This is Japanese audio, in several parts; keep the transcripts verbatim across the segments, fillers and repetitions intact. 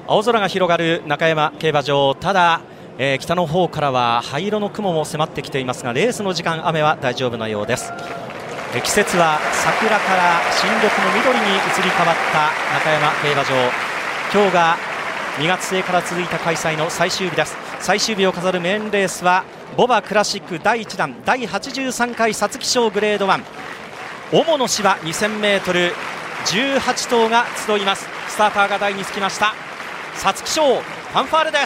青空が広がる中山競馬場、ただ、えー、北の方からは灰色の雲も迫ってきていますが、レースの時間雨は大丈夫なようです。えー、季節は桜から新緑の緑に移り変わった中山競馬場、今日がにがつ末から続いた開催の最終日です。最終日を飾るメインレースはボバクラシックだいいちだんだいはちじゅうさんかい皐月賞グレードワン、主の芝 にせんメートル じゅうはち頭が集います。スターターが台につきました。皐月賞ファンファーレです。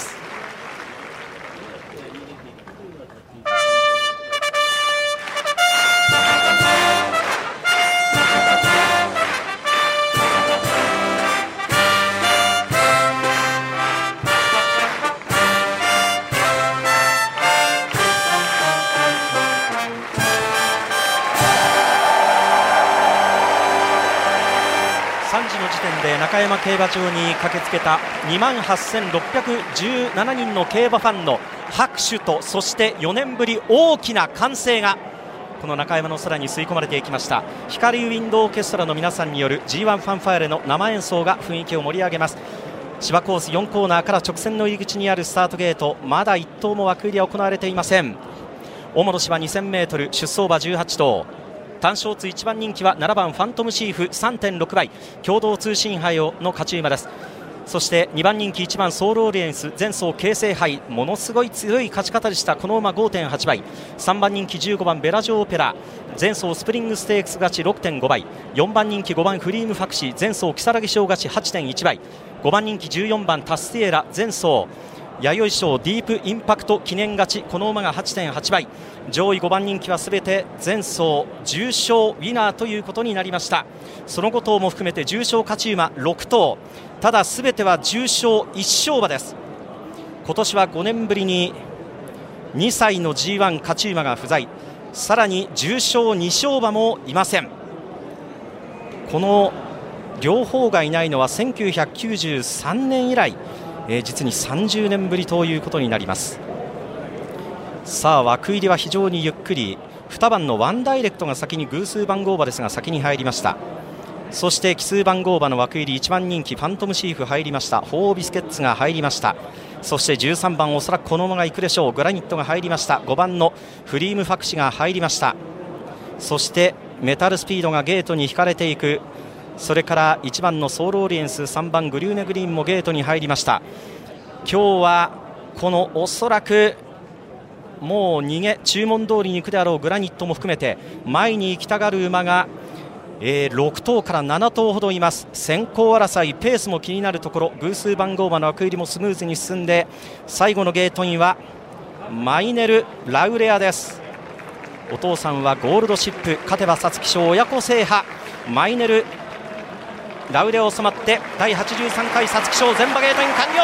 さんじの時点で中山競馬場に駆けつけたにまんはっせんろっぴゃくじゅうななにんの競馬ファンの拍手と、そしてよねんぶり大きな歓声がこの中山の空に吸い込まれていきました。光ウィンドウオーケストラの皆さんによる ジーワン ファンファーレの生演奏が雰囲気を盛り上げます。芝コースよんコーナーから直線の入り口にあるスタートゲート、まだいっ頭も枠入りは行われていません。主の芝 にせんメートル、出走馬じゅうはち頭、単勝通いちばん人気はななばんファントムシーフ さんてんろく 倍、共同通信杯の勝ち馬です。そしてにばん人気いちばんソウルオリエンス、前走京成杯、ものすごい強い勝ち方でした。この馬 ごてんはち 倍、さんばん人気じゅうごばんベラジョオペラ、前走スプリングステークス勝ち ろくてんご 倍、よんばん人気ごばんフリームファクシー、前走如月賞勝ち はちてんいち 倍、ごばん人気じゅうよんばんタスティエラ、前走弥生賞ディープインパクト記念勝ち、この馬が はちてんはち 倍、上位ごばん人気はすべて前走重賞ウィナーということになりました。そのご頭も含めて重賞勝ち馬ろく頭、ただすべては重賞いっ勝馬です。今年はごねんぶりににさいの ジーワン 勝ち馬が不在、さらに重賞に勝馬もいません。この両方がいないのはせんきゅうひゃくきゅうじゅうさんねん以来、えー、実にさんじゅうねんぶりということになります。さあ枠入りは非常にゆっくり、にばんのワンダイレクトが先に偶数番号馬ですが先に入りました。そして奇数番号馬の枠入りいちばん人気ファントムシーフ入りました。ホービスケッツが入りました。そしてじゅうさんばん、おそらくこの馬が行くでしょう、グラニットが入りました。ごばんのフリームファクシが入りました。そしてメタルスピードがゲートに引かれていく。それからいちばんのソウルオリエンス、さんばんグリューネグリーンもゲートに入りました。今日はこのおそらくもう逃げ注文通りに行くであろうグラニットも含めて前に行きたがる馬が、えー、ろく頭からなな頭ほどいます。先行争い、ペースも気になるところ、偶数番号馬の枠入りもスムーズに進んで、最後のゲートインはマイネル・ラウレアです。お父さんはゴールドシップ、勝てば皐月賞親子制覇、マイネル・ラウレアを染まってだいはちじゅうさんかい皐月賞全馬ゲートイン完了。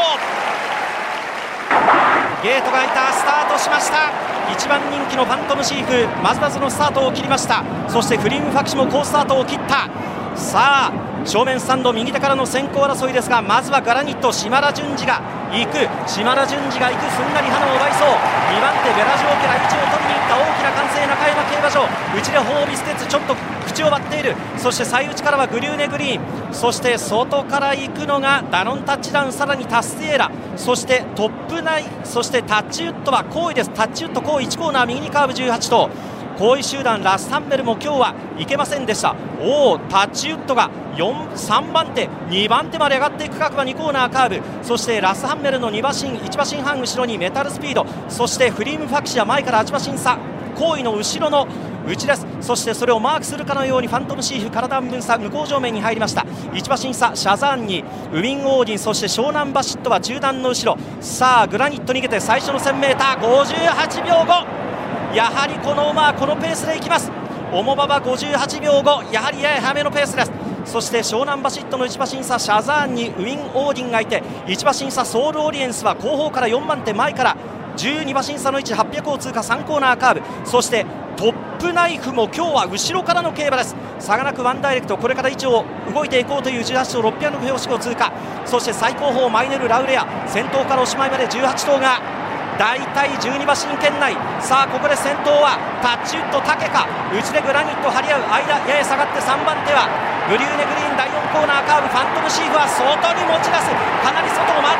ゲートが開いた、スタートしました。いちばん人気のファントムシーフ、マズダズのスタートを切りました。そしてフリームファクシも好スタートを切った。さあ正面スタンド右手からの先行争いですが、まずはガラニット、島田順次が行く、島田順次が行く、すんなり花を奪いそう。にばん手ベラジオペラ、位置を取りに行った。大きな歓声、中山競馬場、内でホービステッツちょっと口を割っている。そして最内からはグリューネグリーン、そして外から行くのがダノンタッチダウン、さらにタスティエラ、そしてトップナイン、そしてタッチウッドは後位です。タッチウッド後位いちコーナー右にカーブじゅうはち頭、後位集団ラスタンベルも今日はいけませんでした。おお、タッチウッドがよん、さんばん手、にばん手まで上がっていく。各馬にコーナーカーブ、そしてラスハンメルのに馬身、いち馬身半後ろにメタルスピード、そしてフリームファクシア前からはち馬身差、後位の後ろの内です。そしてそれをマークするかのようにファントムシーフ体半分差、向こう上面に入りました。いち馬身差、シャザーンにウィンオーディン、そして湘南バシットは中段の後ろ。さあグラニット逃げて最初の せんメーターごじゅうはちびょうご、やはりこの馬はこのペースでいきます。重馬場ごじゅうはちびょうご、やはりやや早めのペースです。そして湘南バシットのいち馬身差、シャザーンにウィンオーディンがいて、いち馬身差ソウルオリエンスは後方からよんばん手、前からじゅうに馬身差の位置、はっぴゃくを通過、さんコーナーカーブ、そしてトップナイフも今日は後ろからの競馬です。差がなくワンダイレクト、これから位置を動いていこうというじゅうはち頭ろっぴゃくの標識を通過。そして最高峰マイネル・ラウレア、先頭からおしまいまでじゅうはち頭がだいたいじゅうに馬身圏内。さあここで先頭はタッチウッド、竹か内でグラニット張り合う間、やや下がってさんばん手はグリューネグリーン、だいよんコーナーカーブ、ファントムシーフは外に持ち出す、かなり外を回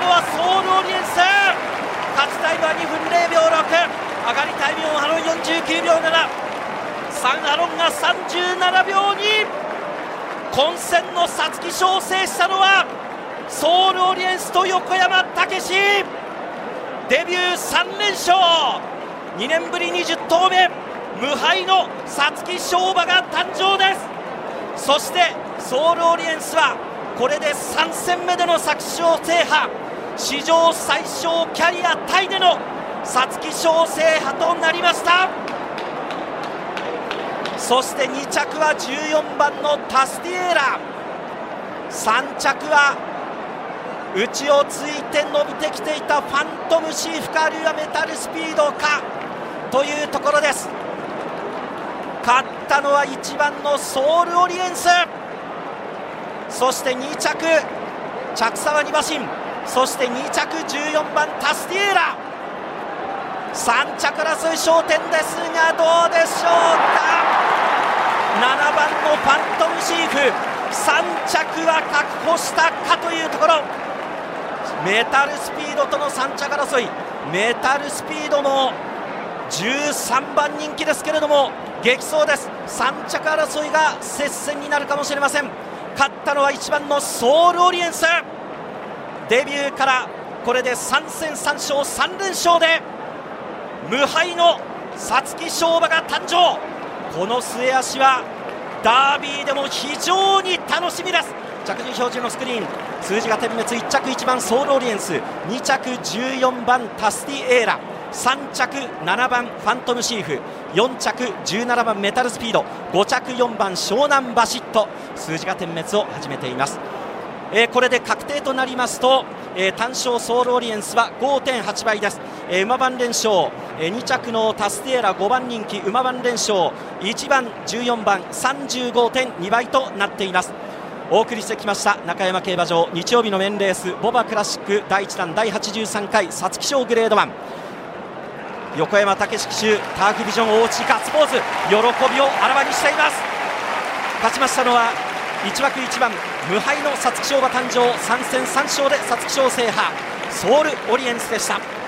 はソウルオリエンス。勝ちタイムはにふんぜろびょうろく、上がりタイムはハロンよんじゅうきゅうびょうなな、サンハロンがさんじゅうななびょうに。混戦の皐月賞を制したのはソウルオリエンスと横山武史。デビューさんれんしょう、にねんぶりにじゅっとうめ、無敗の皐月賞馬が誕生です。そしてソウルオリエンスはこれでさんせんめでの皐月賞制覇、史上最小キャリアタイでの皐月賞制覇となりました。そしてにちゃくはじゅうよんばんのタスティエーラ、さんちゃくは内をついて伸びてきていたファントムシーフか、あるいはメタルスピードかというところです。勝ったのはいちばんのソウルオリエンス、そしてにちゃく着差はにばしん、そしてにちゃくじゅうよんばんタスティエーラ、さんちゃく争い焦点ですがどうでしょうか。ななばんのファントムシーフ、さんちゃくは確保したかというところ。メタルスピードとのさんちゃく争い、メタルスピードもじゅうさんばんにんきですけれども激走です。さんちゃく争いが接戦になるかもしれません。勝ったのはいちばんのソウルオリエンス。デビューからこれでさんせんさんしょうさんれんしょうで無敗の皐月賞馬が誕生。この末脚はダービーでも非常に楽しみです。着順表示のスクリーン、数字が点滅。いっちゃくいちばんソウルオリエンス、にちゃくじゅうよんばんタスティエーラ、さんちゃくななばんファントムシーフ、よんちゃくじゅうななばんメタルスピード、ごちゃくよんばん湘南バシット、数字が点滅を始めています。えー、これで確定となりますと、えー、単勝ソウルオリエンスは ごてんはちばいです。えー、馬番連勝、えー、にちゃくのタスティエーラごばんにんき馬番連勝、いちばんじゅうよんばん さんじゅうごてんにばいとなっています。お送りしてきました中山競馬場日曜日のメンレースボバクラシックだいいちだんだいはちじゅうさんかい皐月賞グレードワン、横山武史騎手ターフビジョン大内ガッツポーズ、喜びをあらわにしています。勝ちましたのはいちわくいちばん無敗の皐月賞馬誕生、さんせんさんしょうで皐月賞制覇ソウルオリエンスでした。